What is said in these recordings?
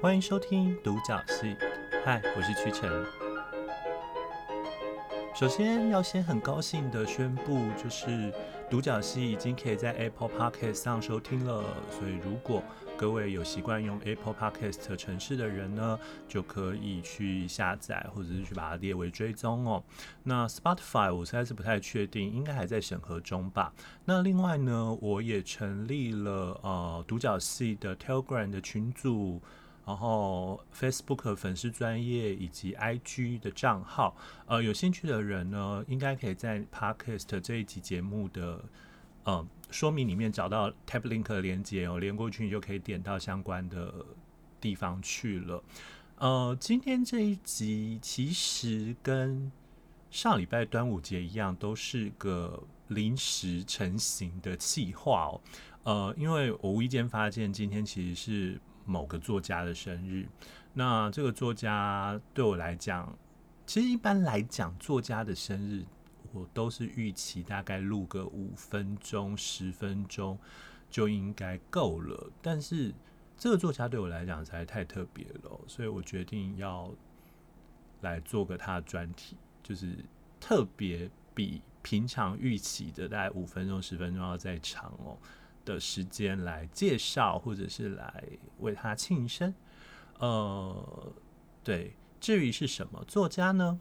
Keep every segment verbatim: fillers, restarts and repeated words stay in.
欢迎收听独角戏。嗨，我是屈臣。首先要先很高兴的宣布，就是独角戏已经可以在 Apple Podcast 上收听了。所以如果各位有习惯用 Apple Podcast 程式的人呢，就可以去下载或者是去把它列为追踪哦。那 Spotify 我实在是不太确定，应该还在审核中吧。那另外呢，我也成立了呃独角戏的 Telegram 的群组。然后 Facebook 粉丝专页以及 I G 的账号，呃，有兴趣的人呢，应该可以在 Podcast 这一集节目的呃说明里面找到 Tab Link 的连接哦，连过去你就可以点到相关的地方去了。呃，今天这一集其实跟上礼拜端午节一样，都是个临时成型的企划哦。呃，因为我无意间发现今天其实是某个作家的生日，那这个作家对我来讲，其实一般来讲，作家的生日我都是预期大概录个五分钟、十分钟就应该够了。但是这个作家对我来讲实在太特别了，所以我决定要来做个他的专题，就是特别比平常预期的大概五分钟、十分钟要再长哦。的时间来介绍，或者是来为他庆生。呃，对，至于是什么作家呢？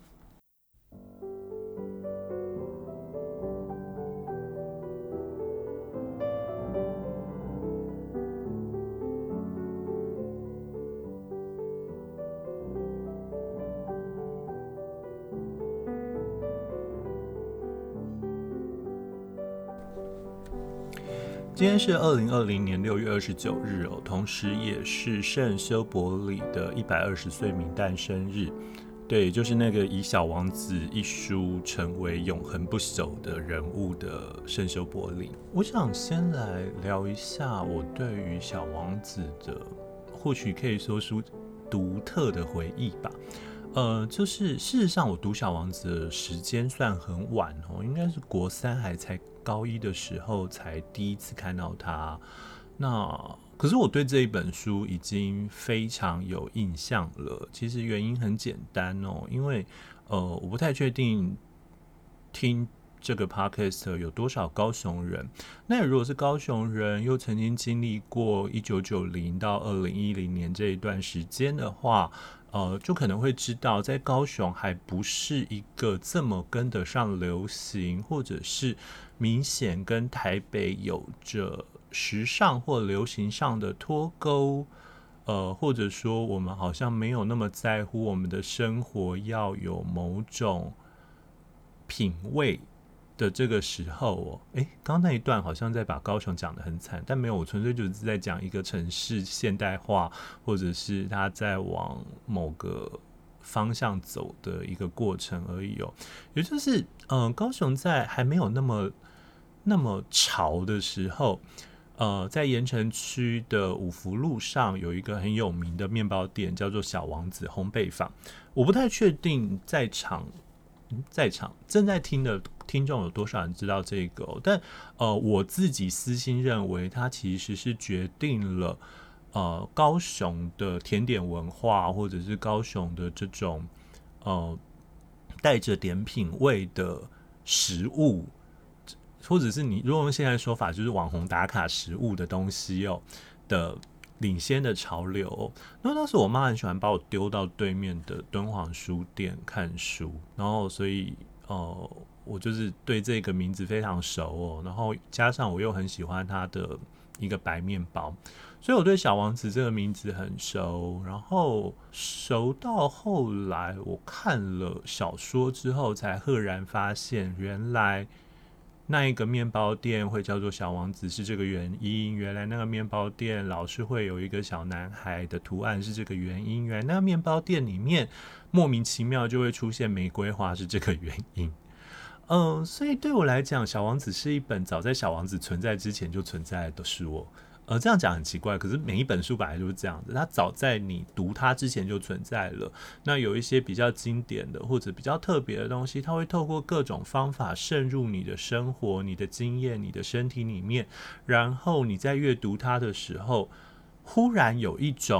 今天是二零二零年六月二十九日哦，同时也是圣修伯里的一百二十岁冥诞生日。对，就是那个以《小王子》一书成为永恒不朽的人物的圣修伯里。我想先来聊一下我对于《小王子》的，或许可以说出独特的回忆吧。呃，就是事实上，我读《小王子》的时间算很晚哦，应该是国三还才高一的时候才第一次看到它。那可是我对这一本书已经非常有印象了。其实原因很简单哦，因为呃，我不太确定听这个 podcast 有多少高雄人。那如果是高雄人，又曾经经历过一九九零到二零一零年这一段时间的话，呃，就可能会知道，在高雄还不是一个这么跟得上流行，或者是明显跟台北有着时尚或流行上的脱钩，呃，或者说我们好像没有那么在乎我们的生活要有某种品味的这个时候哦，诶，刚刚那一段好像在把高雄讲得很惨，但没有，我纯粹就是在讲一个城市现代化，或者是它在往某个方向走的一个过程而已哦。也就是，嗯、呃，高雄在还没有那么那么潮的时候，呃，在盐埕区的五福路上有一个很有名的面包店，叫做小王子烘焙坊。我不太确定在场。在场正在听的听众有多少人知道这个、哦？但呃，我自己私心认为，它其实是决定了呃高雄的甜点文化，或者是高雄的这种呃带着点品味的食物，或者是你如果用现在说法，就是网红打卡食物的东西哦的。领先的潮流、哦，那当时我妈很喜欢把我丢到对面的敦煌书店看书，然后所以呃，我就是对这个名字非常熟哦，然后加上我又很喜欢它的一个白面包，所以我对小王子这个名字很熟，然后熟到后来我看了小说之后，才赫然发现原来。那一个面包店会叫做小王子是这个原因，原来那个面包店老是会有一个小男孩的图案是这个原因，原来那个面包店里面莫名其妙就会出现玫瑰花是这个原因。嗯、呃，所以对我来讲，小王子是一本早在小王子存在之前就存在的书哦。呃，这样讲很奇怪，可是每一本书本来就是这样子，它早在你读它之前就存在了。那有一些比较经典的或者比较特别的东西，它会透过各种方法渗入你的生活、你的经验、你的身体里面，然后你在阅读它的时候，忽然有一种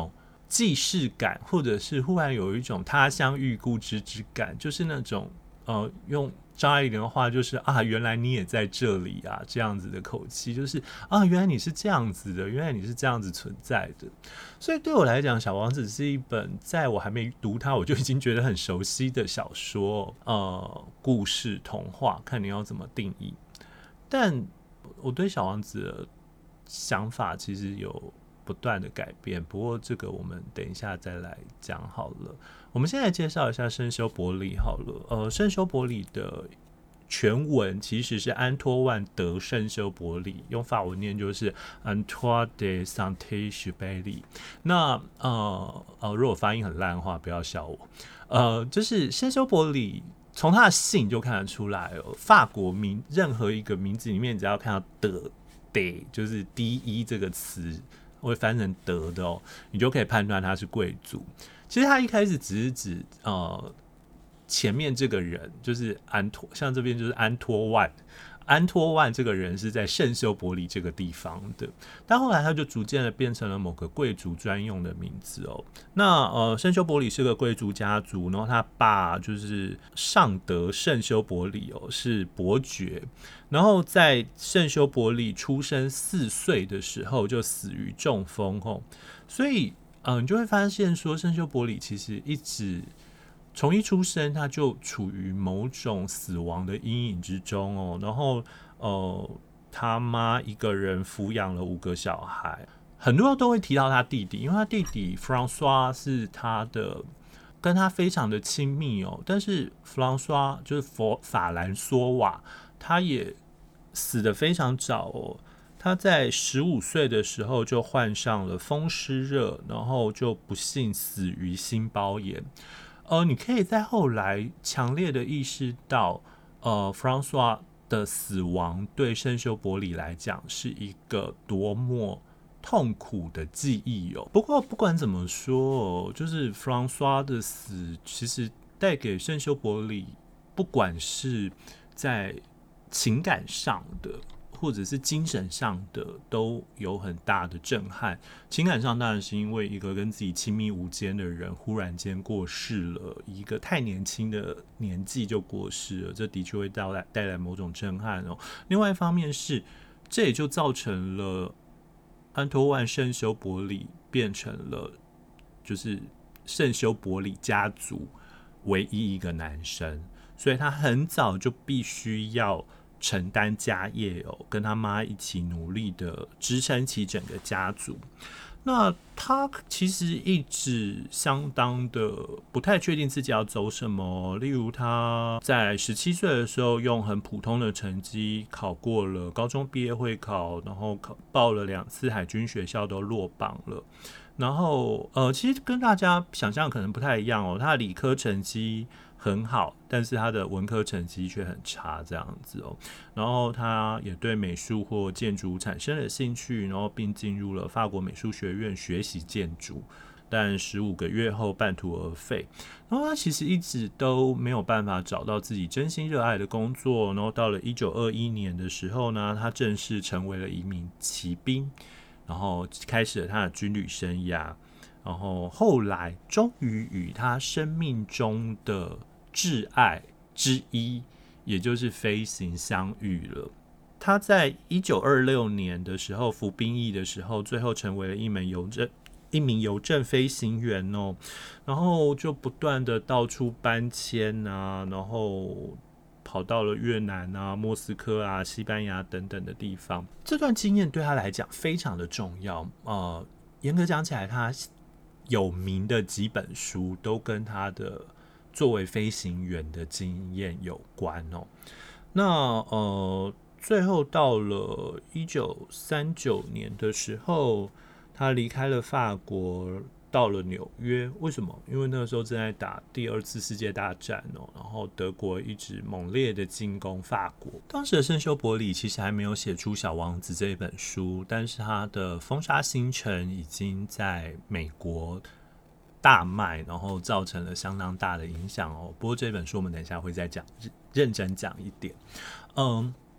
既视感，或者是忽然有一种他乡遇故知之感，就是那种呃，用张爱玲的话就是啊，原来你也在这里啊，这样子的口气，就是啊，原来你是这样子的，原来你是这样子存在的。所以对我来讲，《小王子》是一本在我还没读它我就已经觉得很熟悉的小说，呃，故事童话，看你要怎么定义。但我对小王子的想法其实有不断的改变，不过这个我们等一下再来讲好了。我们先来介绍一下圣修伯里好了。呃，圣修伯里的全文其实是安托万德圣修伯里，用法文念就是 Antoine de Saint-Exupéry。那呃呃，如果发音很烂的话，不要笑我。呃，就是圣修伯里。从他的姓就看得出来哦，法国名任何一个名字里面，只要看到的的，就是第一这个词会翻成德的哦，你就可以判断他是贵族。其实他一开始只是指呃前面这个人就是安托，像这边就是安托万。安托万这个人是在圣修伯里这个地方的，但后来他就逐渐的变成了某个贵族专用的名字哦。那呃，圣修伯里是个贵族家族，然后他爸就是尚德圣修伯里哦，是伯爵，然后在圣修伯里出生四岁的时候就死于中风哦，所以嗯、呃，你就会发现说圣修伯里其实一直。从一出生，他就处于某种死亡的阴影之中哦。然后，呃，他妈一个人抚养了五个小孩，很多人都会提到他弟弟，因为他弟弟 François 是他的，跟他非常的亲密哦。但是 François 就是佛法兰索瓦，他也死得非常早哦。他在十五岁的时候就患上了风湿热，然后就不幸死于心包炎。呃，你可以在后来强烈的意识到，呃 ，François 的死亡对圣修伯里来讲是一个多么痛苦的记忆哦。不过不管怎么说哦，就是 François 的死其实带给圣修伯里，不管是在情感上的。或者是精神上的都有很大的震撼。情感上当然是因为一个跟自己亲密无间的人忽然间过世了，一个太年轻的年纪就过世了，这的确会带来带来某种震撼哦。另外一方面是，这也就造成了安托万圣修伯里变成了就是圣修伯里家族唯一一个男生，所以他很早就必须要。承担家业哦，跟他妈一起努力的支撑起整个家族。那他其实一直相当的不太确定自己要走什么，例如他在十七岁的时候用很普通的成绩考过了高中毕业会考，然后考报了两次海军学校都落榜了。然后呃，其实跟大家想象可能不太一样哦，他的理科成绩很好，但是他的文科成绩却很差，这样子哦。然后他也对美术或建筑产生了兴趣，然后并进入了法国美术学院学习建筑，但十五个月后半途而废。然后他其实一直都没有办法找到自己真心热爱的工作。然后到了一九二一年的时候呢，他正式成为了一名骑兵，然后开始了他的军旅生涯。然后后来终于与他生命中的挚爱之一，也就是飞行相遇了。他在一九二六年的时候服兵役的时候，最后成为了一名邮政一名邮政飞行员哦，然后就不断的到处搬迁啊，然后跑到了越南啊、莫斯科啊、西班牙等等的地方。这段经验对他来讲非常的重要。呃，严格讲起来，他有名的几本书都跟他的作为飞行员的经验有关哦。那呃，最后到了一九三九年的时候，他离开了法国，到了纽约。为什么？因为那个时候正在打第二次世界大战哦，然后德国一直猛烈的进攻法国。当时的圣修伯里其实还没有写出《小王子》这一本书，但是他的《风沙星辰》已经在美国大卖，然后造成了相当大的影响哦。不过这本书我们等一下会再讲，认真讲一点。嗯，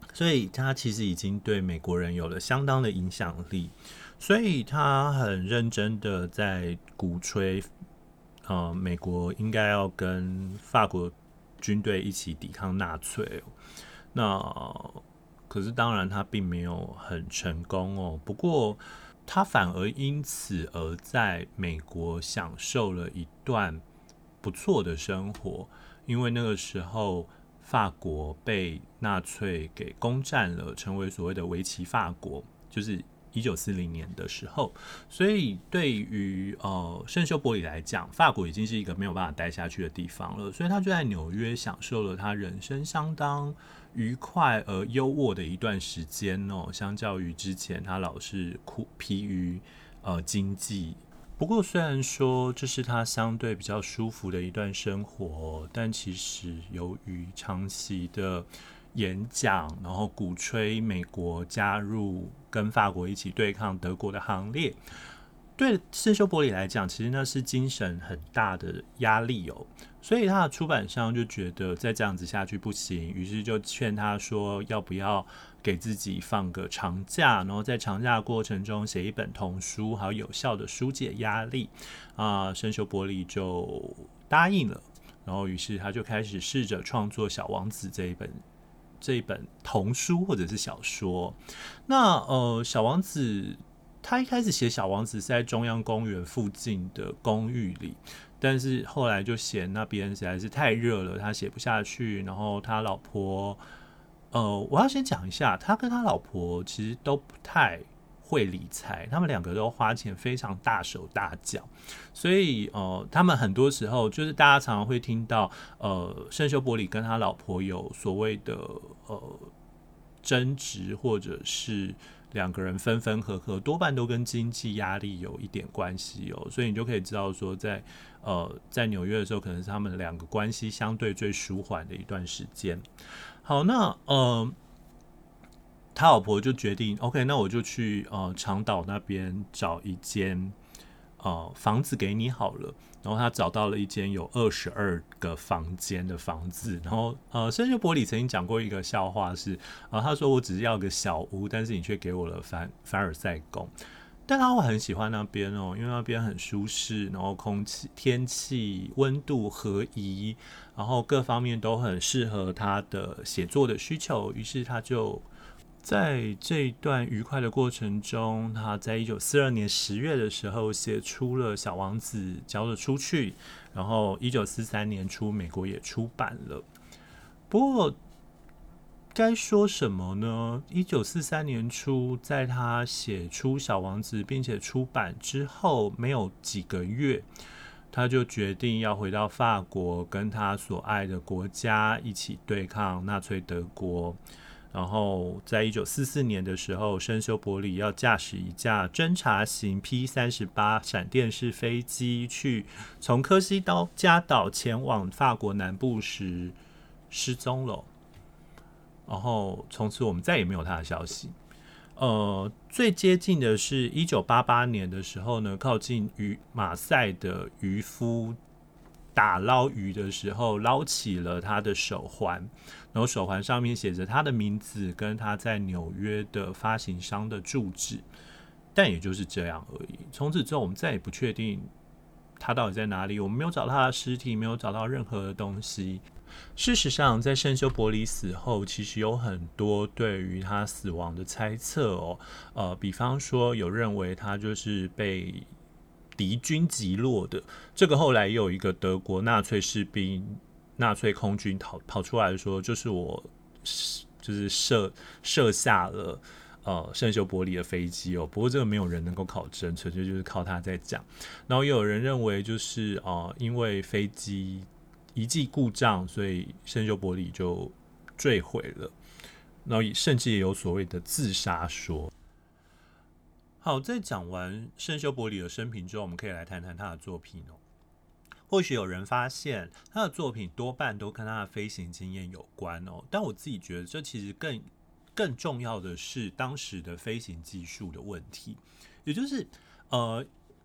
所以他其实已经对美国人有了相当的影响力，所以他很认真的在鼓吹，呃，美国应该要跟法国军队一起抵抗纳粹。那可是当然他并没有很成功哦，不过他反而因此而在美国享受了一段不错的生活，因为那个时候法国被纳粹给攻占了，成为所谓的维奇法国，就是一九四零年的时候，所以对于呃圣修伯里来讲，法国已经是一个没有办法待下去的地方了，所以他就在纽约享受了他人生相当愉快而优渥的一段时间哦。相较于之前，他老是苦疲于呃经济。不过，虽然说这是他相对比较舒服的一段生活，但其实由于长期的演讲，然后鼓吹美国加入跟法国一起对抗德国的行列，对圣修伯里来讲，其实那是精神很大的压力哦。所以他的出版商就觉得再这样子下去不行，于是就劝他说要不要给自己放个长假，然后在长假的过程中写一本童书，好有效的疏解压力啊。圣修伯里就答应了，然后于是他就开始试着创作《小王子》这一本这一本童书或者是小说。那呃，小王子他一开始写小王子是在中央公园附近的公寓里，但是后来就嫌那边实在是太热了，他写不下去。然后他老婆，呃，我要先讲一下，他跟他老婆其实都不太会理财，他们两个都花钱非常大手大脚，所以呃，他们很多时候就是大家常常会听到，呃，圣修伯里跟他老婆有所谓的呃争执，或者是两个人分分合合，多半都跟经济压力有一点关系哦。所以你就可以知道说在，呃在纽约的时候，可能是他们两个关系相对最舒缓的一段时间。好，那呃。他老婆就决定 ，OK， 那我就去呃长岛那边找一间呃房子给你好了。然后他找到了一间有二十二个房间的房子。然后呃，圣修伯里曾经讲过一个笑话是，呃，他说我只是要个小屋，但是你却给我了凡凡尔赛宫。但他会很喜欢那边哦，因为那边很舒适，然后空气、天气、温度合宜，然后各方面都很适合他的写作的需求。于是他就在这一段愉快的过程中，他在一九四二年十月的时候写出了《小王子》，交了出去，然后一九四三年初美国也出版了。不过该说什么呢？一九四三年初，在他写出《小王子》并且出版之后，没有几个月，他就决定要回到法国，跟他所爱的国家一起对抗纳粹德国。然后在一九四四年的时候，圣修伯里要驾驶一架侦察型 P 三十八 闪电式飞机去从科西嘉岛前往法国南部时失踪了。然后从此我们再也没有他的消息。呃，最接近的是一九八八年的时候呢，靠近于马赛的渔夫打捞鱼的时候，捞起了他的手环，然后手环上面写着他的名字跟他在纽约的发行商的住址，但也就是这样而已。从此之后，我们再也不确定他到底在哪里，我们没有找到他的尸体，没有找到任何的东西。事实上，在圣修伯里死后，其实有很多对于他死亡的猜测哦，呃，比方说有认为他就是被敌军击落的，这个后来也有一个德国纳粹士兵、纳粹空军跑跑出来说，就是我就是射射下了呃圣修伯里的飞机哦。不过这个没有人能够考证，纯粹就是靠他在讲。然后也有人认为就是呃因为飞机一记故障，所以圣修伯里就坠毁了。然后甚至也有所谓的自杀说。好，在讲完圣修伯里的生平之后，我们可以来谈谈他的作品哦。或许有人发现他的作品多半都跟他的飞行经验有关哦，但我自己觉得这其实更更重要的是当时的飞行技术的问题，也就是呃。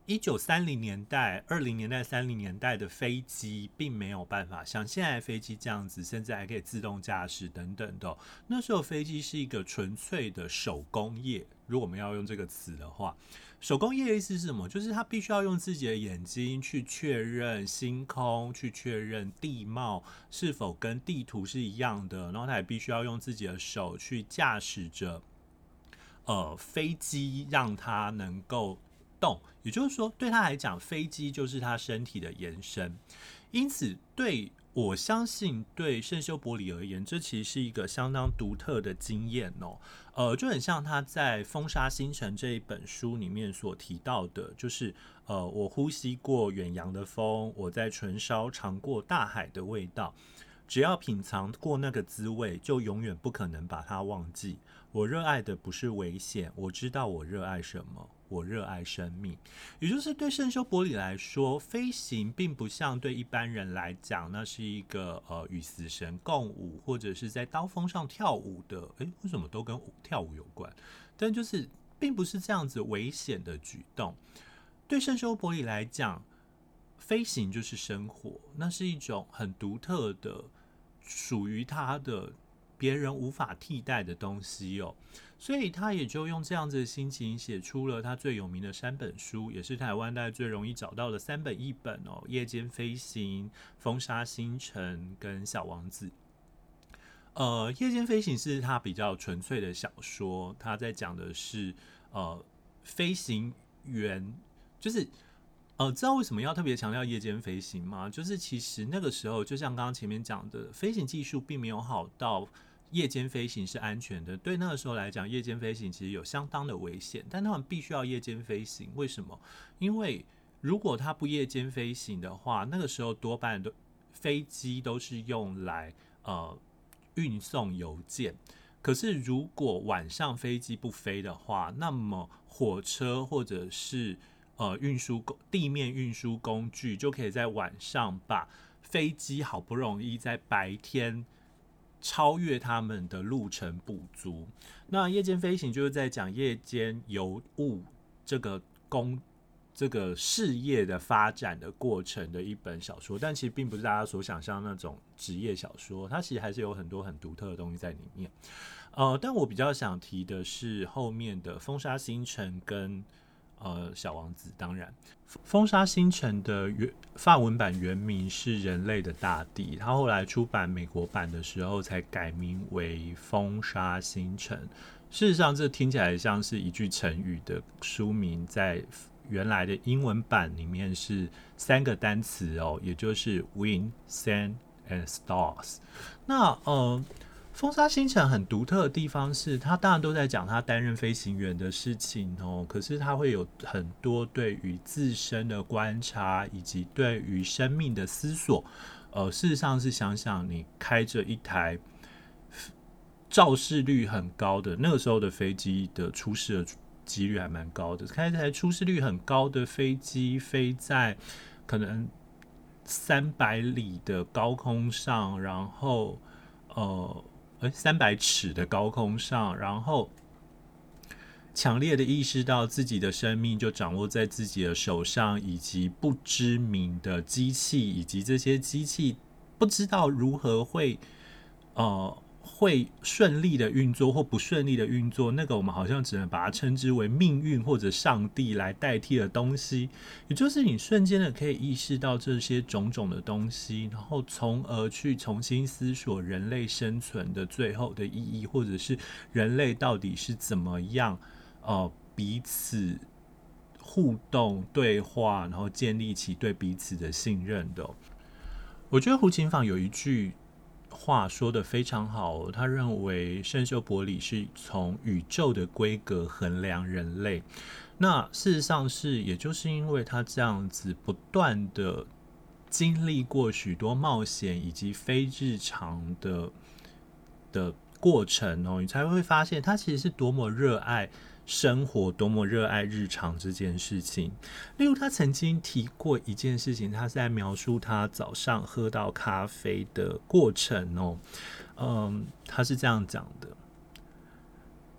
一九三零年代、二零年代、三零年代的飞机，并没有办法像现在的飞机这样子，甚至还可以自动驾驶等等的、哦。那时候飞机是一个纯粹的手工业，如果我们要用这个词的话，手工业的意思是什么？就是他必须要用自己的眼睛去确认星空，去确认地貌是否跟地图是一样的，然后他也必须要用自己的手去驾驶着，呃，飞机，让它能够动，也就是说，对他来讲，飞机就是他身体的延伸。因此，对我相信，对圣修伯里而言，这其实是一个相当独特的经验哦。呃，就很像他在《风沙星辰》这一本书里面所提到的，就是呃，我呼吸过远洋的风，我在唇梢尝过大海的味道。只要品尝过那个滋味，就永远不可能把它忘记。我热爱的不是危险，我知道我热爱什么，我热爱生命。也就是对圣修伯里来说，飞行并不像对一般人来讲，那是一个呃与死神共舞，或者是在刀锋上跳舞的。诶，为什么都跟跳舞有关？但就是并不是这样子危险的举动。对圣修伯里来讲，飞行就是生活，那是一种很独特的，属于他的别人无法替代的东西哦。所以他也就用这样子的心情写出了他最有名的三本书，也是台湾大概最容易找到的三本译本哦：《夜间飞行》、《风沙星辰》跟《小王子》。呃，《夜间飞行》是他比较纯粹的小说，他在讲的是呃飞行员，就是呃，知道为什么要特别强调夜间飞行吗？就是其实那个时候，就像刚刚前面讲的，飞行技术并没有好到夜间飞行是安全的。对那个时候来讲，夜间飞行其实有相当的危险，但他们必须要夜间飞行。为什么？因为如果他不夜间飞行的话，那个时候多半的飞机都是用来呃运送邮件。可是如果晚上飞机不飞的话，那么火车或者是呃，运输地面运输工具就可以在晚上把飞机好不容易在白天超越他们的路程补足。那夜间飞行就是在讲夜间邮务这个工这个事业的发展的过程的一本小说，但其实并不是大家所想象那种职业小说，它其实还是有很多很独特的东西在里面。呃，但我比较想提的是后面的《风沙星辰》跟呃，小王子。当然，《风沙星辰》的原法文版原名是《人类的大地》，它后来出版美国版的时候才改名为《风沙星辰》。事实上，这听起来像是一句成语的书名，在原来的英文版里面是三个单词哦，也就是 Wind, Sand and Stars。那呃。风沙星辰很独特的地方是，他当然都在讲他担任飞行员的事情哦，可是他会有很多对于自身的观察，以及对于生命的思索。呃，事实上是想想你开着一台肇事率很高的，那个时候的飞机的出事的几率还蛮高的，开一台出事率很高的飞机飞在可能三百里的高空上，然后呃。三百尺的高空上，然后强烈的意识到自己的生命就掌握在自己的手上，以及不知名的机器，以及这些机器不知道如何会呃会顺利的运作或不顺利的运作，那个我们好像只能把它称之为命运或者上帝来代替的东西。也就是你瞬间的可以意识到这些种种的东西，然后从而去重新思索人类生存的最后的意义，或者是人类到底是怎么样呃彼此互动对话，然后建立起对彼此的信任的、哦。我觉得胡琴坊有一句话说得非常好，他认为圣修伯里是从宇宙的规格衡量人类。那事实上是，也就是因为他这样子不断的经历过许多冒险以及非日常的的过程哦，你才会发现他其实是多么热爱生活，多么热爱日常这件事情。例如他曾经提过一件事情，他是在描述他早上喝到咖啡的过程哦。嗯，他是这样讲的：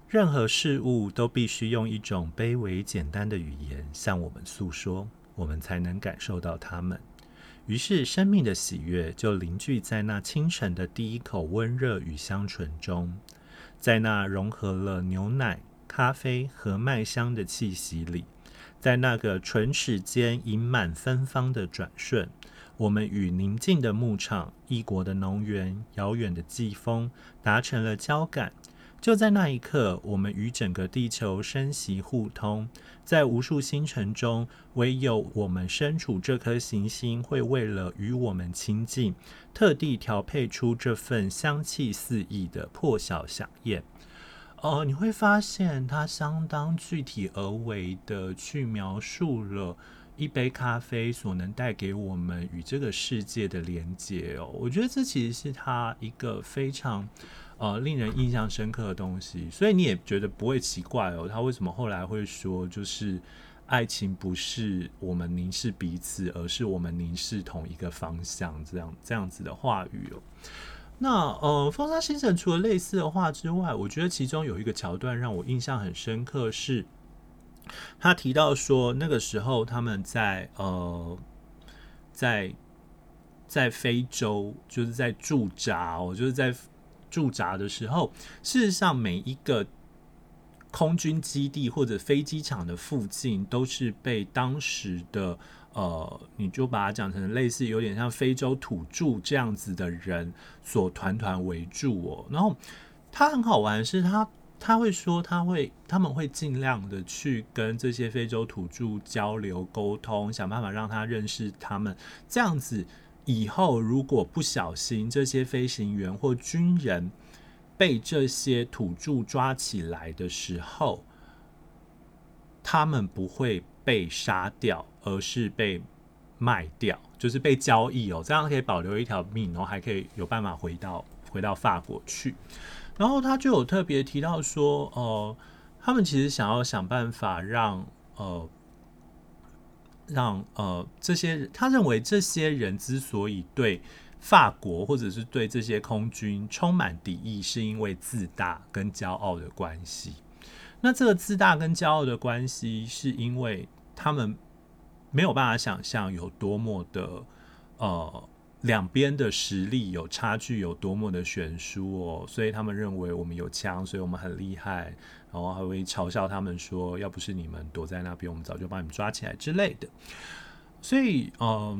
任何事物都必须用一种卑微简单的语言向我们诉说，我们才能感受到它们。于是生命的喜悦就凝聚在那清晨的第一口温热与香醇中，在那融合了牛奶、咖啡和麦香的气息里，在那个唇齿间盈满芬芳的转瞬，我们与宁静的牧场、异国的农园、遥远的季风达成了交感。就在那一刻，我们与整个地球生息互通，在无数星辰中，唯有我们身处这颗行星会为了与我们亲近，特地调配出这份香气四溢的破晓飨宴。呃，你会发现它相当具体而微的去描述了一杯咖啡所能带给我们与这个世界的连结哦。我觉得这其实是它一个非常呃令人印象深刻的东西，所以你也觉得不会奇怪哦，他为什么后来会说就是爱情不是我们凝视彼此，而是我们凝视同一个方向，这样这样子的话语哦。那呃，风沙星辰除了类似的话之外，我觉得其中有一个桥段让我印象很深刻，是他提到说那个时候他们在呃在在非洲就是在驻扎哦，就是在驻扎的时候，事实上每一个空军基地或者飞机场的附近都是被当时的呃，你就把它讲成类似有点像非洲土著这样子的人所团团围住哦。然后他很好玩的是他他会说他会他们会尽量的去跟这些非洲土著交流沟通，想办法让他认识他们，这样子以后如果不小心这些飞行员或军人被这些土著抓起来的时候，他们不会被杀掉，而是被卖掉，就是被交易哦，这样可以保留一条命，然后还可以有办法回到回到法国去。然后他就有特别提到说，呃，他们其实想要想办法让呃让呃这些，他认为这些人之所以对法国或者是对这些空军充满敌意，是因为自大跟骄傲的关系。那这个自大跟骄傲的关系，是因为他们没有办法想象有多么的呃两边的实力有差距有多么的悬殊哦，所以他们认为我们有枪，所以我们很厉害，然后还会嘲笑他们说，要不是你们躲在那边，我们早就把你们抓起来之类的。所以，呃，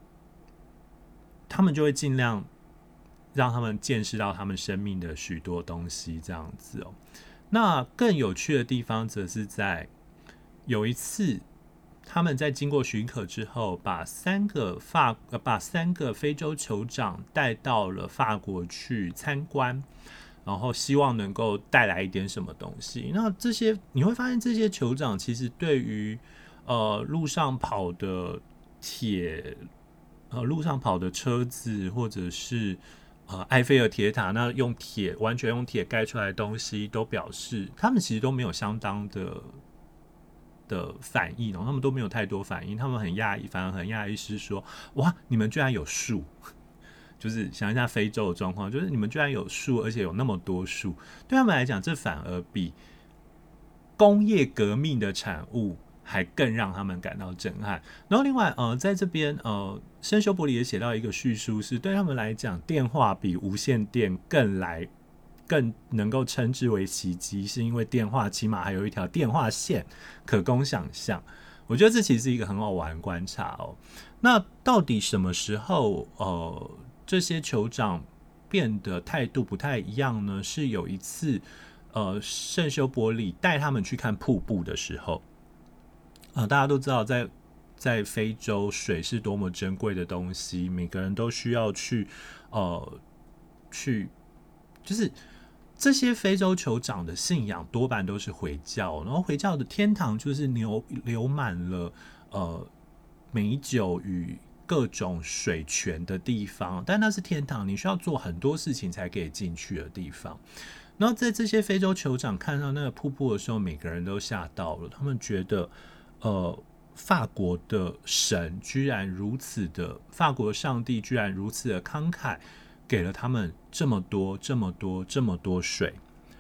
他们就会尽量让他们见识到他们生命的许多东西，这样子哦。那更有趣的地方，则是在有一次，他们在经过许可之后，把三个法呃把三个非洲酋长带到了法国去参观，然后希望能够带来一点什么东西。那这些你会发现，这些酋长其实对于呃路上跑的铁呃路上跑的车子，或者是呃，埃菲尔铁塔那用铁完全用铁盖出来的东西，都表示他们其实都没有相当的的反应，然后他们都没有太多反应，他们很讶异，反而很讶异是说，哇，你们居然有树，就是想一下非洲的状况，就是你们居然有树，而且有那么多树，对他们来讲，这反而比工业革命的产物还更让他们感到震撼。然后另外呃，在这边呃，圣修伯里也写到一个叙述，是对他们来讲，电话比无线电更来更能够称之为奇迹，是因为电话起码还有一条电话线可供想象。我觉得这其实是一个很好玩的观察哦。那到底什么时候呃这些酋长变得态度不太一样呢？是有一次呃圣修伯里带他们去看瀑布的时候。呃、大家都知道在在非洲水是多么珍贵的东西，每个人都需要去呃去就是这些非洲酋长的信仰多半都是回教，然后回教的天堂就是流流满了呃美酒与各种水泉的地方，但那是天堂，你需要做很多事情才可以进去的地方。然后在这些非洲酋长看到那个瀑布的时候，每个人都吓到了，他们觉得呃，法国的神居然如此的，法国上帝居然如此的慷慨，给了他们这么多、这么多、这么多水。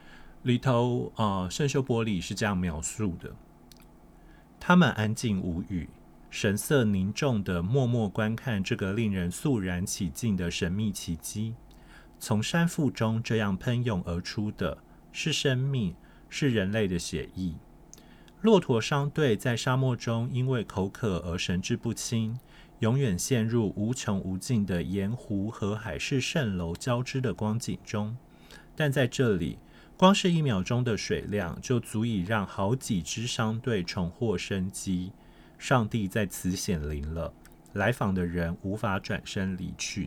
里头呃，圣修伯里是这样描述的：他们安静无语，神色凝重地默默观看这个令人肃然起敬的神秘奇迹。从山腹中这样喷涌而出的是生命，是人类的血液。骆驼商队在沙漠中因为口渴而神志不清，永远陷入无穷无尽的盐湖和海市蜃楼交织的光景中。但在这里，光是一秒钟的水量就足以让好几支商队重获生机。上帝在此显灵了，来访的人无法转身离去。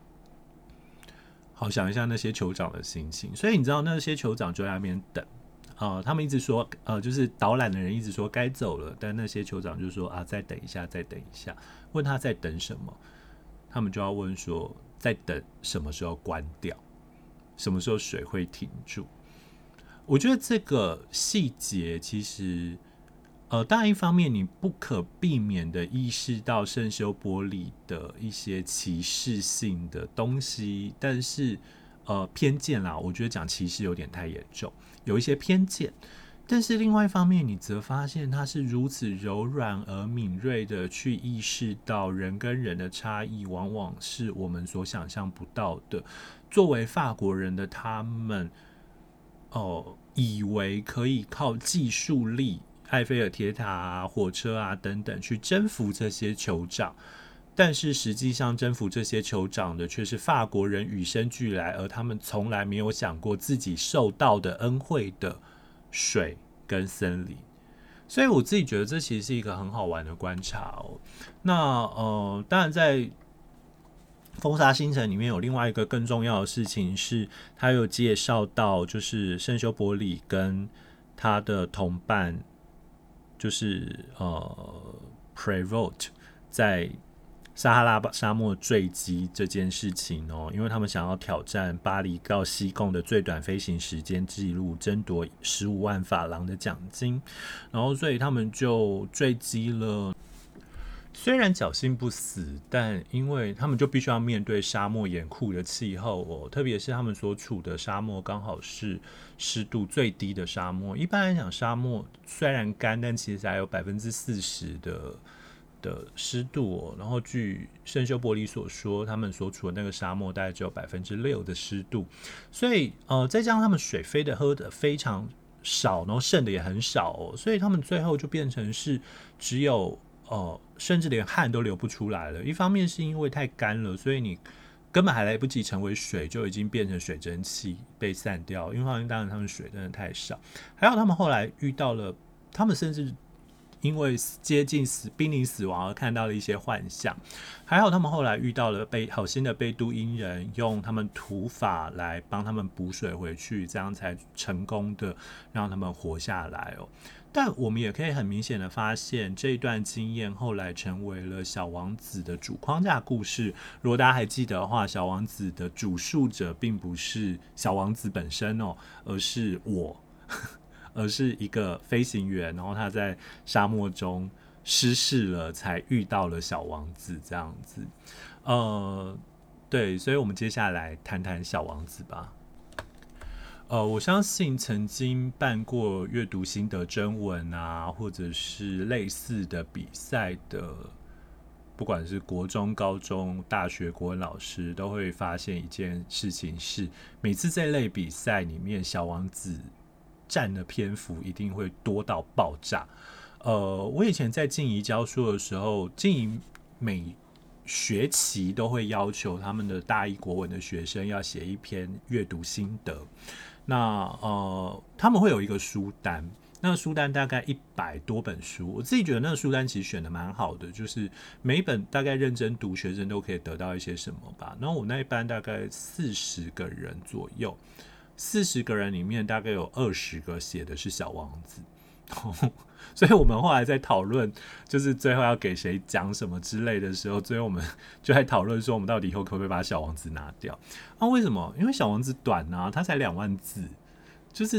好，想一下那些酋长的心情。所以你知道那些酋长就在那边等，呃，他们一直说，呃，就是导览的人一直说该走了，但那些酋长就说啊，再等一下，再等一下。问他在等什么，他们就要问说，在等什么时候关掉，什么时候水会停住。我觉得这个细节其实，呃，当然一方面你不可避免的意识到圣修伯里的一些歧视性的东西，但是呃偏见啦，我觉得讲歧视有点太严重，有一些偏见。但是另外一方面，你则发现他是如此柔软而敏锐的去意识到人跟人的差异，往往是我们所想象不到的。作为法国人的他们，哦，以为可以靠技术力，埃菲尔铁塔啊、火车啊等等去征服这些酋长，但是实际上征服这些酋长的却是法国人与生俱来，而他们从来没有想过自己受到的恩惠的水跟森林。所以我自己觉得这其实是一个很好玩的观察哦。那呃，当然在风沙星辰里面有另外一个更重要的事情是，他有介绍到就是圣修伯里跟他的同伴就是呃 Prévost 在撒哈拉沙漠坠机这件事情哦，因为他们想要挑战巴黎到西贡的最短飞行时间纪录，争夺十五万法郎的奖金，然后所以他们就坠机了。虽然侥幸不死，但因为他们就必须要面对沙漠严酷的气候哦，特别是他们所处的沙漠刚好是湿度最低的沙漠。一般来讲，沙漠虽然干，但其实还有百分之四十的的湿度哦。然后据圣修伯里所说，他们所处的那个沙漠大概只有百分之六的湿度，所以呃，再加上他们水非的喝的非常少，然后剩的也很少哦，所以他们最后就变成是只有。哦，甚至连汗都流不出来了。一方面是因为太干了，所以你根本还来不及成为水，就已经变成水蒸气被散掉。因为当然他们水真的太少，还有他们后来遇到了，他们甚至因为接近死濒临死亡而看到了一些幻象。还好他们后来遇到了被好心的贝都因人，用他们土法来帮他们补水回去，这样才成功的让他们活下来哦。但我们也可以很明显的发现，这一段经验后来成为了小王子的主框架故事。如果大家还记得的话，小王子的主述者并不是小王子本身哦，而是我，而是一个飞行员，然后他在沙漠中失事了，才遇到了小王子这样子。呃，对，所以我们接下来谈谈小王子吧。呃，我相信曾经办过阅读心得征文啊，或者是类似的比赛的，不管是国中、高中、大学国文老师，都会发现一件事情是，每次这类比赛里面，小王子占的篇幅一定会多到爆炸。呃，我以前在静宜教书的时候，静宜每学期都会要求他们的大一国文的学生要写一篇阅读心得。那呃，他们会有一个书单，那个书单大概一百多本书，我自己觉得那个书单其实选的蛮好的，就是每一本大概认真读，学生都可以得到一些什么吧。然后我那一班大概四十个人左右，四十个人里面大概有二十个写的是小王子。所以我们后来在讨论，就是最后要给谁讲什么之类的时候，最后我们就在讨论说，我们到底以后可不可以把小王子拿掉？啊，为什么？因为小王子短啊，他才两万字，就是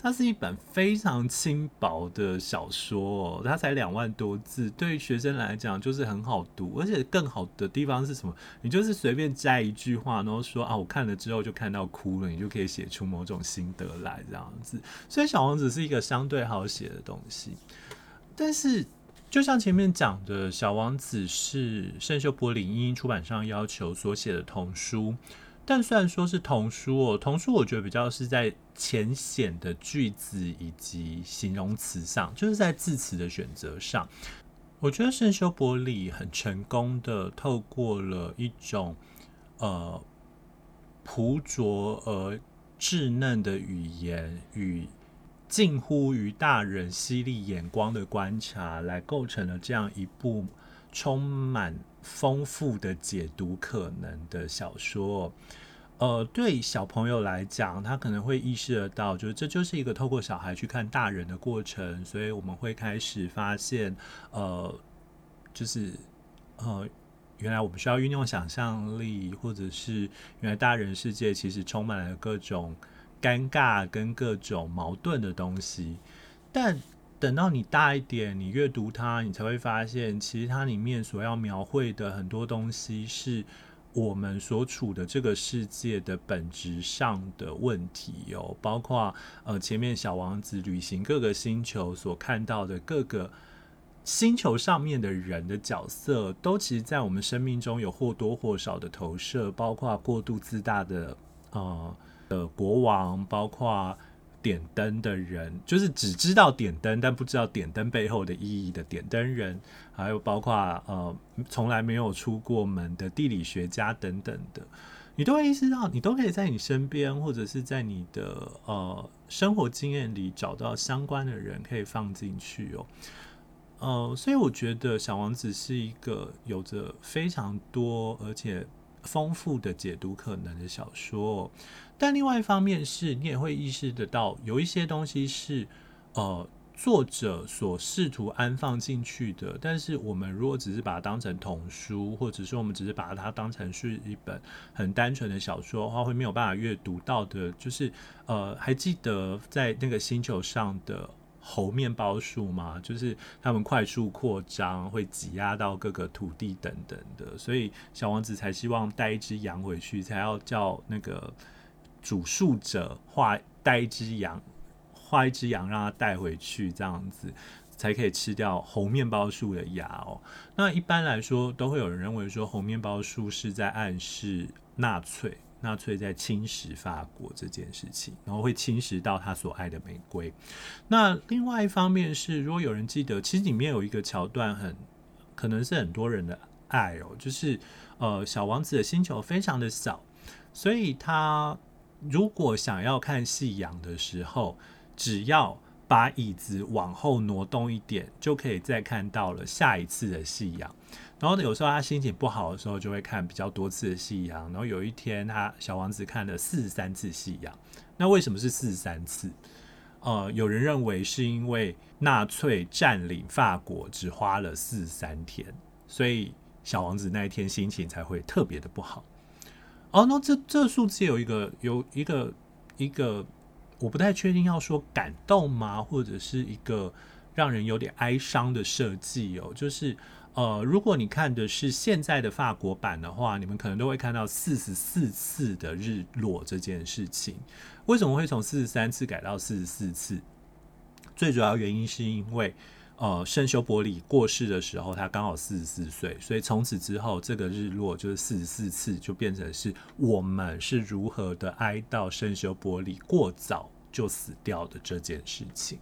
它是一本非常轻薄的小说哦，它才两万多字，对于学生来讲就是很好读，而且更好的地方是什么？你就是随便摘一句话，然后说啊，我看了之后就看到哭了，你就可以写出某种心得来这样子。所以《小王子》是一个相对好写的东西，但是就像前面讲的，《小王子》是圣修伯里英英出版商要求所写的童书。但虽然说是童书哦，童书我觉得比较是在浅显的句子以及形容词上，就是在字词的选择上，我觉得圣修伯里很成功的透过了一种呃朴拙而稚嫩的语言与近乎于大人犀利眼光的观察，来构成了这样一部充满丰富的解读可能的小说。呃，对小朋友来讲，他可能会意识得到，就是这就是一个透过小孩去看大人的过程，所以我们会开始发现，呃，就是呃，原来我们需要运用想象力，或者是原来大人世界其实充满了各种尴尬跟各种矛盾的东西，但等到你大一点，你阅读它，你才会发现，其实它里面所要描绘的很多东西是我们所处的这个世界的本质上的问题哦，包括呃前面小王子旅行各个星球所看到的各个星球上面的人的角色，都其实在我们生命中有或多或少的投射，包括过度自大的呃的国王，包括点灯的人，就是只知道点灯但不知道点灯背后的意义的点灯人，还有包括呃从来没有出过门的地理学家等等的，你都会意识到，你都可以在你身边或者是在你的呃生活经验里找到相关的人可以放进去哦。呃，所以我觉得《小王子》是一个有着非常多而且丰富的解读可能的小说哦，但另外一方面是你也会意识得到，有一些东西是呃作者所试图安放进去的，但是我们如果只是把它当成童书，或者是我们只是把它当成是一本很单纯的小说的话，会没有办法阅读到的，就是呃，还记得在那个星球上的猴面包树吗？就是他们快速扩张，会挤压到各个土地等等的，所以小王子才希望带一只羊回去，才要叫那个主述者画带一只羊，画一只羊让他带回去，这样子才可以吃掉猴面包树的芽哦。那一般来说，都会有人认为说猴面包树是在暗示纳粹。纳粹在侵蚀法国这件事情，然后会侵蚀到他所爱的玫瑰。那另外一方面是，如果有人记得，其实里面有一个桥段很可能是很多人的爱哦，就是呃小王子的星球非常的小，所以他如果想要看夕阳的时候，只要把椅子往后挪动一点，就可以再看到了下一次的夕阳。然后有时候他心情不好的时候，就会看比较多次的夕阳。然后有一天，他小王子看了四十三次夕阳。那为什么是四十三次？呃，有人认为是因为纳粹占领法国只花了四十三天，所以小王子那一天心情才会特别的不好。哦，那这这数字有一个有一个一个，我不太确定要说感动吗，或者是一个让人有点哀伤的设计哦，就是。呃，如果你看的是现在的法国版的话，你们可能都会看到四十四次的日落这件事情。为什么会从四十三次改到四十四次？最主要原因是因为，呃，圣修伯里过世的时候，他刚好四十四岁，所以从此之后，这个日落就是四十四次，就变成是我们是如何的哀悼圣修伯里过早就死掉的这件事情。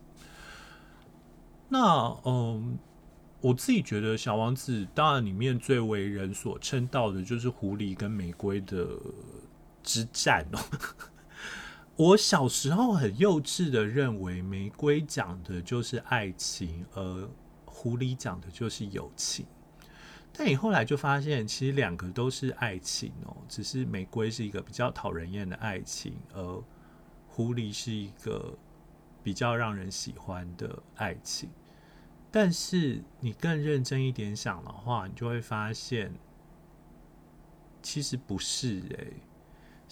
那，嗯。我自己觉得《小王子》当然里面最为人所称道的就是狐狸跟玫瑰的之战哦。我小时候很幼稚的认为玫瑰讲的就是爱情，而狐狸讲的就是友情。但你后来就发现，其实两个都是爱情哦，只是玫瑰是一个比较讨人厌的爱情，而狐狸是一个比较让人喜欢的爱情。但是你更认真一点想的话，你就会发现，其实不是诶、欸。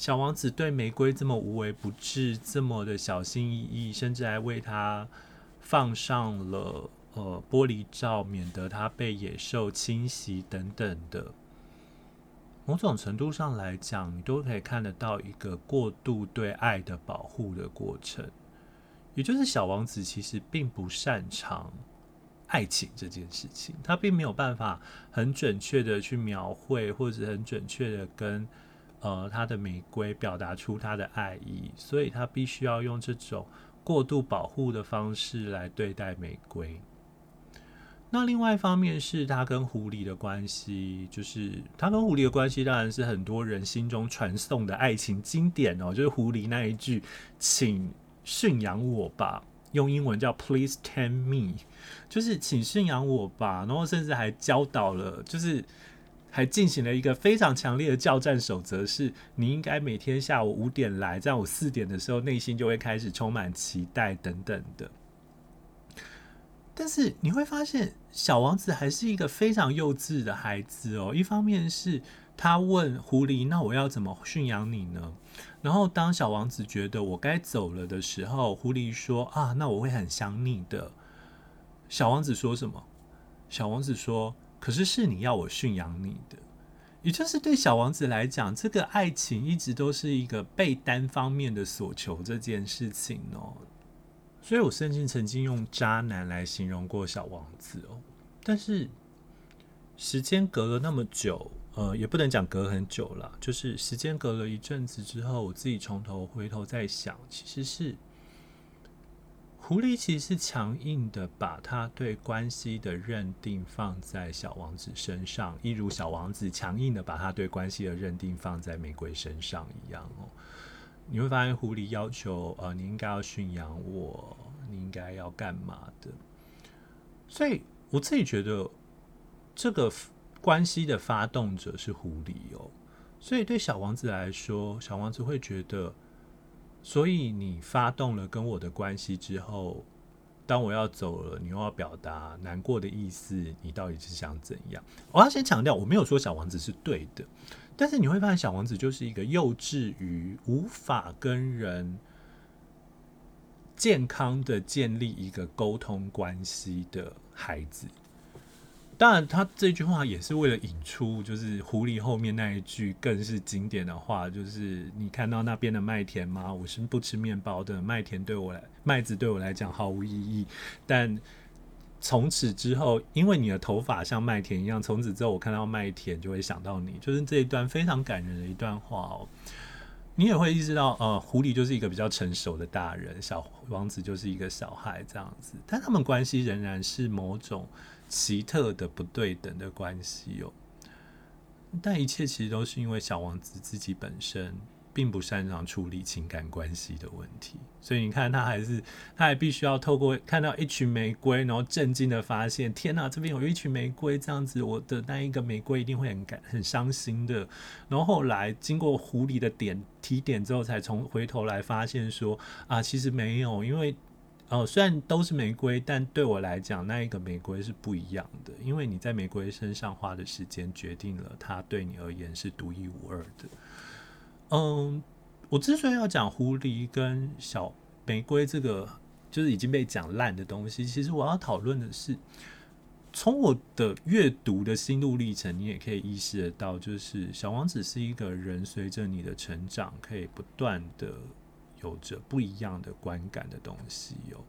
小王子对玫瑰这么无微不至，这么的小心翼翼，甚至还为它放上了呃玻璃罩，免得它被野兽侵袭等等的。某种程度上来讲，你都可以看得到一个过度对爱的保护的过程，也就是小王子其实并不擅长爱情这件事情，他并没有办法很准确的去描绘，或者很准确的跟呃他的玫瑰表达出他的爱意，所以他必须要用这种过度保护的方式来对待玫瑰。那另外一方面是他跟狐狸的关系，就是他跟狐狸的关系当然是很多人心中传颂的爱情经典哦，就是狐狸那一句请驯养我吧，用英文叫 Please tame me， 就是请驯养我吧，然后甚至还教导了，就是还进行了一个非常强烈的教战守则，是你应该每天下午五点来，这样我四点的时候内心就会开始充满期待等等的。但是你会发现，小王子还是一个非常幼稚的孩子哦。一方面是他问狐狸：“那我要怎么驯养你呢？”然后当小王子觉得我该走了的时候，狐狸说：“啊，那我会很想你的。”小王子说什么？小王子说：“可是是你要我驯养你的。”也就是对小王子来讲，这个爱情一直都是一个被单方面的所求这件事情哦。所以我甚至曾经用渣男来形容过小王子哦，但是时间隔了那么久，呃，也不能讲隔很久了，就是时间隔了一阵子之后，我自己从头回头再想，其实是狐狸其实是强硬的把他对关系的认定放在小王子身上，一如小王子强硬的把他对关系的认定放在玫瑰身上一样哦。你会发现狐狸要求呃，你应该要驯养我，你应该要干嘛的。所以我自己觉得这个关系的发动者是狐狸哦。所以对小王子来说，小王子会觉得，所以你发动了跟我的关系之后，当我要走了，你又要表达难过的意思，你到底是想怎样？我要先强调，我没有说小王子是对的。但是你会发现，小王子就是一个幼稚于无法跟人健康的建立一个沟通关系的孩子。当然，他这句话也是为了引出，就是狐狸后面那一句更是经典的话，就是你看到那边的麦田吗？我是不吃面包的，麦田对我来，麦子对我来讲毫无意义。但从此之后，因为你的头发像麦田一样，从此之后我看到麦田就会想到你，就是这一段非常感人的一段话哦。你也会意识到，呃，狐狸就是一个比较成熟的大人，小王子就是一个小孩这样子，但他们关系仍然是某种奇特的不对等的关系哦。但一切其实都是因为小王子自己本身并不擅长处理情感关系的问题，所以你看他还是他还必须要透过看到一群玫瑰，然后震惊的发现，天哪，这边有一群玫瑰，这样子我的那一个玫瑰一定会很感很伤心的。然后后来经过狐狸的点提点之后，才从回头来发现说啊，其实没有，因为呃虽然都是玫瑰，但对我来讲那一个玫瑰是不一样的，因为你在玫瑰身上花的时间决定了它对你而言是独一无二的。嗯，我之所以要讲狐狸跟小玫瑰这个就是已经被讲烂的东西，其实我要讨论的是，从我的阅读的心路历程，你也可以意识得到，就是小王子是一个人随着你的成长，可以不断的有着不一样的观感的东西哦。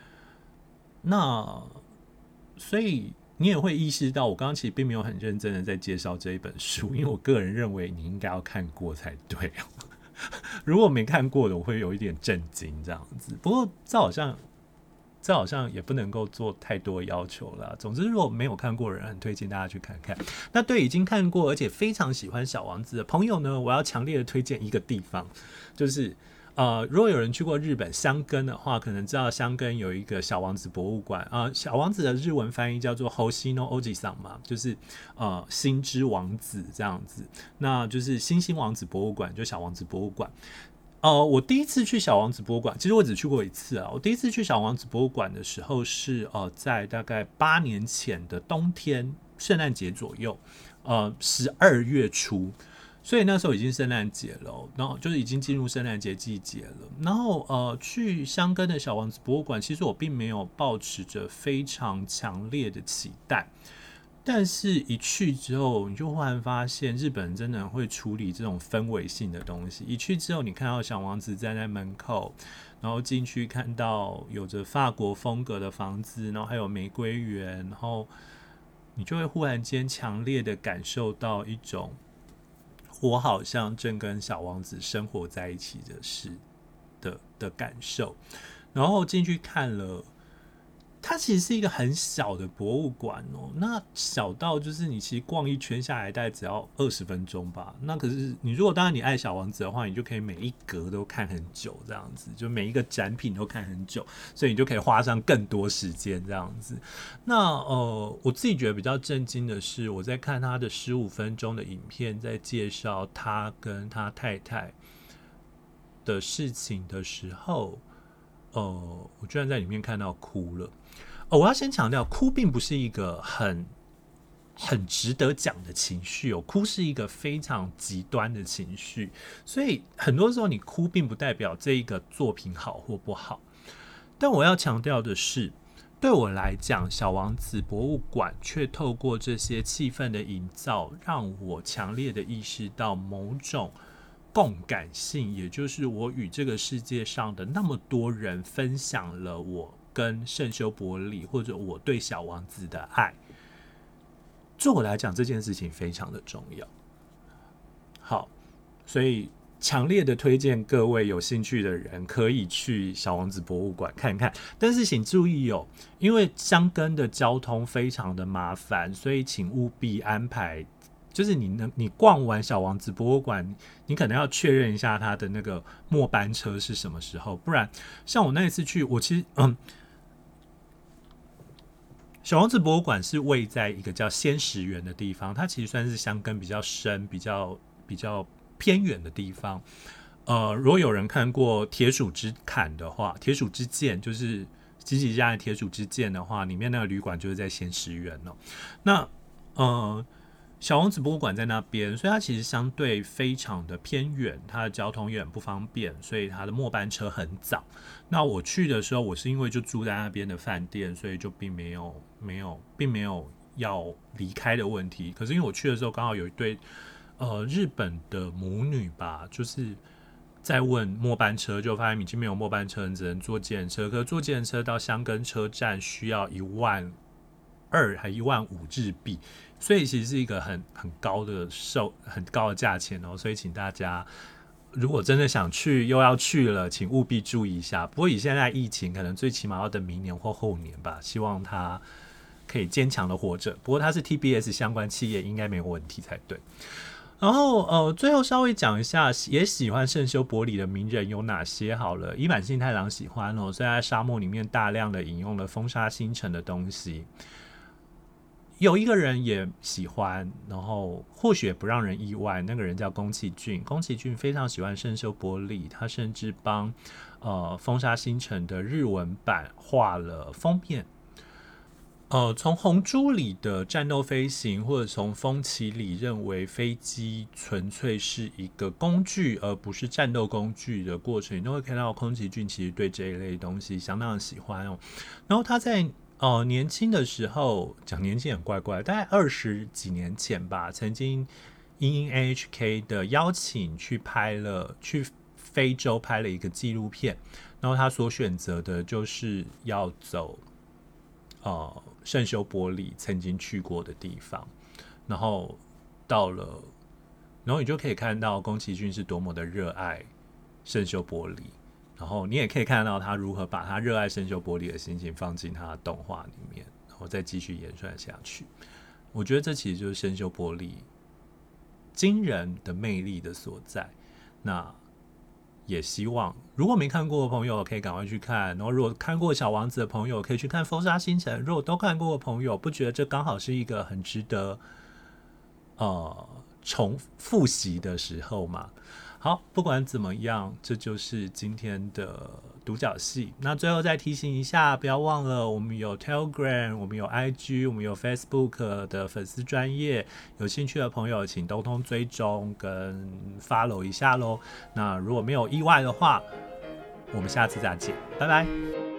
那所以你也会意识到，我刚刚其实并没有很认真的在介绍这一本书，因为我个人认为你应该要看过才对哦。如果没看过的，我会有一点震惊这样子。不过这好像这好像也不能够做太多要求啦。总之，如果没有看过的人，很推荐大家去看看。那对已经看过而且非常喜欢小王子的朋友呢，我要强烈的推荐一个地方，就是呃，如果有人去过日本箱根的话，可能知道箱根有一个小王子博物馆啊、呃。小王子的日文翻译叫做 Hoshino Oji-san 嘛，就是呃星之王子这样子。那就是星星王子博物馆，就小王子博物馆。呃，我第一次去小王子博物馆，其实我只去过一次啊。我第一次去小王子博物馆的时候是呃在大概八年前的冬天，圣诞节左右，呃十二月初。 所以那时候已经圣诞节了，然后就是已经进入圣诞节季节了。然后呃，去箱根的小王子博物馆，其实我并没有抱持着非常强烈的期待，但是一去之后，你就忽然发现日本人真的会处理这种氛围性的东西。一去之后，你看到小王子站在门口，然后进去看到有着法国风格的房子，然后还有玫瑰园，然后你就会忽然间强烈的感受到一种我好像正跟小王子生活在一起的事 的, 的感受。然后进去看了，它其实是一个很小的博物馆哦，那小到就是你其实逛一圈下来大概只要二十分钟吧。那可是你如果当然你爱小王子的话，你就可以每一格都看很久这样子，就每一个展品都看很久，所以你就可以花上更多时间这样子。那呃，我自己觉得比较震惊的是，我在看他的十五分钟的影片，在介绍他跟他太太的事情的时候，呃，我居然在里面看到哭了。哦，我要先强调，哭并不是一个很很值得讲的情绪哦，哭是一个非常极端的情绪，所以很多时候你哭并不代表这一个作品好或不好。但我要强调的是，对我来讲，小王子博物馆却透过这些气氛的营造，让我强烈的意识到某种共感性，也就是我与这个世界上的那么多人分享了我跟圣修伯里或者我对小王子的爱。对我来讲，这件事情非常的重要。好，所以强烈的推荐各位有兴趣的人可以去小王子博物馆看看。但是请注意哦，因为箱根的交通非常的麻烦，所以请务必安排，就是你能你逛完小王子博物馆，你可能要确认一下它的那个末班车是什么时候，不然像我那一次去，我其实嗯。小王子博物馆是位在一个叫仙石园的地方，它其实算是箱根比较深、比较比较偏远的地方。呃，如果有人看过《铁鼠之坎》的话，《铁鼠之剑》就是吉吉家的《铁鼠之剑》的话，里面那个旅馆就是在仙石园哦。那呃，小王子博物馆在那边，所以它其实相对非常的偏远，它的交通也很不方便，所以它的末班车很早。那我去的时候，我是因为就住在那边的饭店，所以就并没有没有并没有要离开的问题。可是因为我去的时候，刚好有一对呃日本的母女吧，就是在问末班车，就发现已经没有末班车，只能坐计程车。可是坐计程车到箱根车站需要一万二还一万五日币，所以其实是一个很很高的售很高的价钱哦。所以请大家，如果真的想去又要去了，请务必注意一下。不过以现在疫情，可能最起码要等明年或后年吧。希望它可以坚强的活着。不过它是 T B S 相关企业，应该没有问题才对。然后呃，最后稍微讲一下，也喜欢圣修伯里的名人有哪些好了。伊坂幸太郎喜欢哦，所以在沙漠里面大量的引用了风沙星辰的东西。有一个人也喜欢，然后或许也不让人意外，那个人叫宫崎骏。宫崎骏非常喜欢圣修伯里，他甚至帮呃风沙星辰的日文版画了封面。呃，从红猪里的战斗飞行，或者从风起里认为飞机纯粹是一个工具，而不是战斗工具的过程，你都会看到宫崎骏其实对这一类东西相当的喜欢哦。然后他在哦，年轻的时候讲年轻很怪怪，大概二十几年前吧，曾经因 N H K 的邀请去拍了去非洲拍了一个纪录片，然后他所选择的就是要走呃圣修伯里曾经去过的地方，然后到了，然后你就可以看到宫崎骏是多么的热爱圣修伯里。然后你也可以看到他如何把他热爱圣修伯里的心情放进他的动画里面，然后再继续延伸下去。我觉得这其实就是圣修伯里惊人的魅力的所在。那也希望如果没看过的朋友可以赶快去看，然后如果看过小王子的朋友可以去看风沙星辰。如果都看过的朋友不觉得这刚好是一个很值得呃重复习的时候嘛？ 好，不管怎么样，这就是今天的独角戏。那最后再提醒一下，不要忘了我们有 Telegram， 我们有 I G， 我们有 Facebook 的粉丝专页，有兴趣的朋友请通通追踪跟 follow 一下咯。那如果没有意外的话，我们下次再见，拜拜。